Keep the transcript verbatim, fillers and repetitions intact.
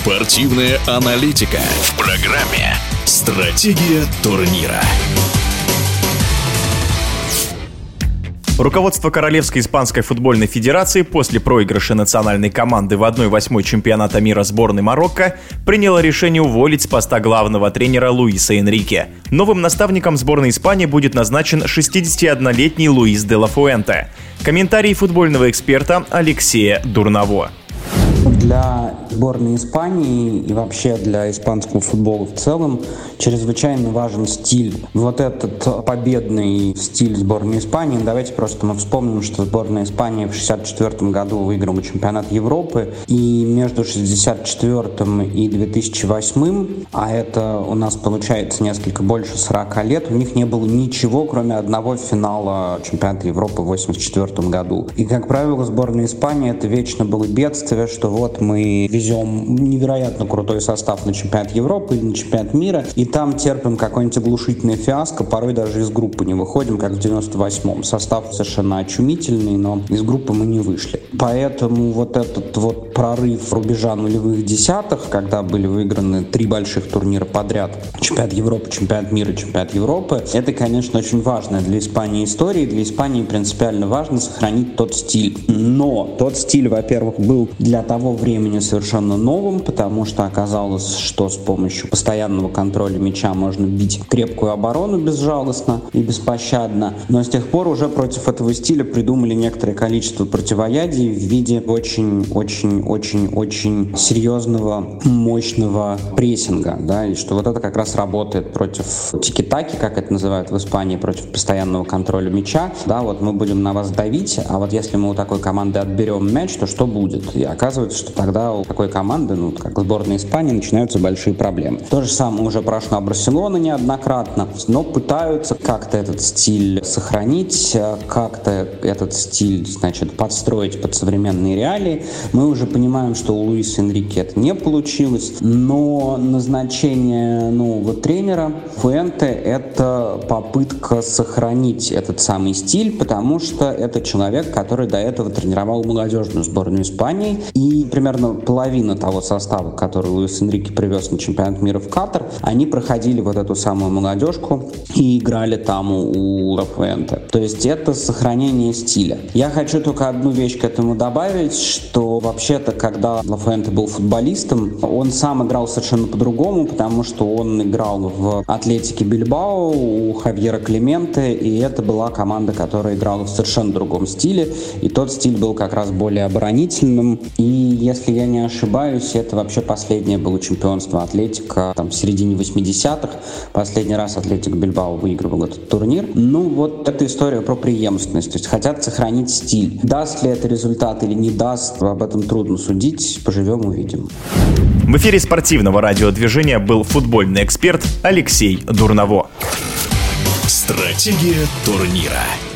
Спортивная аналитика в программе «Стратегия турнира». Руководство Королевской испанской футбольной федерации после проигрыша национальной команды в одна восьмая чемпионата мира сборной Марокко приняло решение уволить с поста главного тренера Луиса Энрике. Новым наставником сборной Испании будет назначен шестидесятиоднолетний Луис де ла Фуэнте. Комментарий футбольного эксперта Алексея Дурново. Для сборной Испании и вообще для испанского футбола в целом чрезвычайно важен стиль. Вот этот победный стиль сборной Испании. Давайте просто мы вспомним, что сборная Испании в шестьдесят четвёртом году выиграла чемпионат Европы. И между шестьдесят четвёртым и две тысячи восьмым, а это у нас получается несколько больше сорока лет, у них не было ничего, кроме одного финала чемпионата Европы в восемьдесят четвёртом году. И, как правило, сборная Испании это вечно было бедствие, что вот мы везем невероятно крутой состав на чемпионат Европы или на чемпионат мира, и там терпим какое-нибудь оглушительное фиаско, порой даже из группы не выходим, как в девяносто восьмом. Состав совершенно очумительный, но из группы мы не вышли. Поэтому вот этот вот прорыв рубежа нулевых десятых, когда были выиграны три больших турнира подряд, чемпионат Европы, чемпионат мира, чемпионат Европы, это, конечно, очень важно для Испании истории. Для Испании принципиально важно сохранить тот стиль. Но тот стиль, во-первых, был для того времени совершенно новым, потому что оказалось, что с помощью постоянного контроля мяча можно бить крепкую оборону безжалостно и беспощадно. Но с тех пор уже против этого стиля придумали некоторое количество противоядий в виде очень-очень-очень-очень серьезного, мощного прессинга, да, и что вот это как раз работает против тики-таки, как это называют в Испании, против постоянного контроля мяча. Да, вот мы будем на вас давить, а вот если мы у такой команды отберем мяч, то что будет? И оказывается, что тогда у такой команды, ну, как сборная Испании, начинаются большие проблемы. То же самое уже прошла Барселона неоднократно, но пытаются как-то этот стиль сохранить, как-то этот стиль, значит, подстроить под современные реалии. Мы уже понимаем, что у Луиса Энрике это не получилось, но назначение нового тренера Фуэнте — это попытка сохранить этот самый стиль, потому что это человек, который до этого тренировал молодежную сборную Испании, и примерно половина того состава, который Луис Энрике привез на чемпионат мира в Катар, они проходили вот эту самую молодежку и играли там у Ла Фуэнте. То есть это сохранение стиля. Я хочу только одну вещь к этому добавить, что вообще-то, когда Ла Фуэнте был футболистом, он сам играл совершенно по-другому, потому что он играл в Атлетике Бильбао у Хавьера Клементе, и это была команда, которая играла в совершенно другом стиле, и тот стиль был как раз более оборонительным. И если я не ошибаюсь, это вообще последнее было чемпионство Атлетика там, в середине восьмидесятых. Последний раз Атлетик Бильбао выигрывал этот турнир. Ну вот эта история про преемственность. То есть хотят сохранить стиль. Даст ли это результат или не даст, об этом трудно судить. Поживем, увидим. В эфире спортивного радиодвижения был футбольный эксперт Алексей Дурново. Стратегия турнира.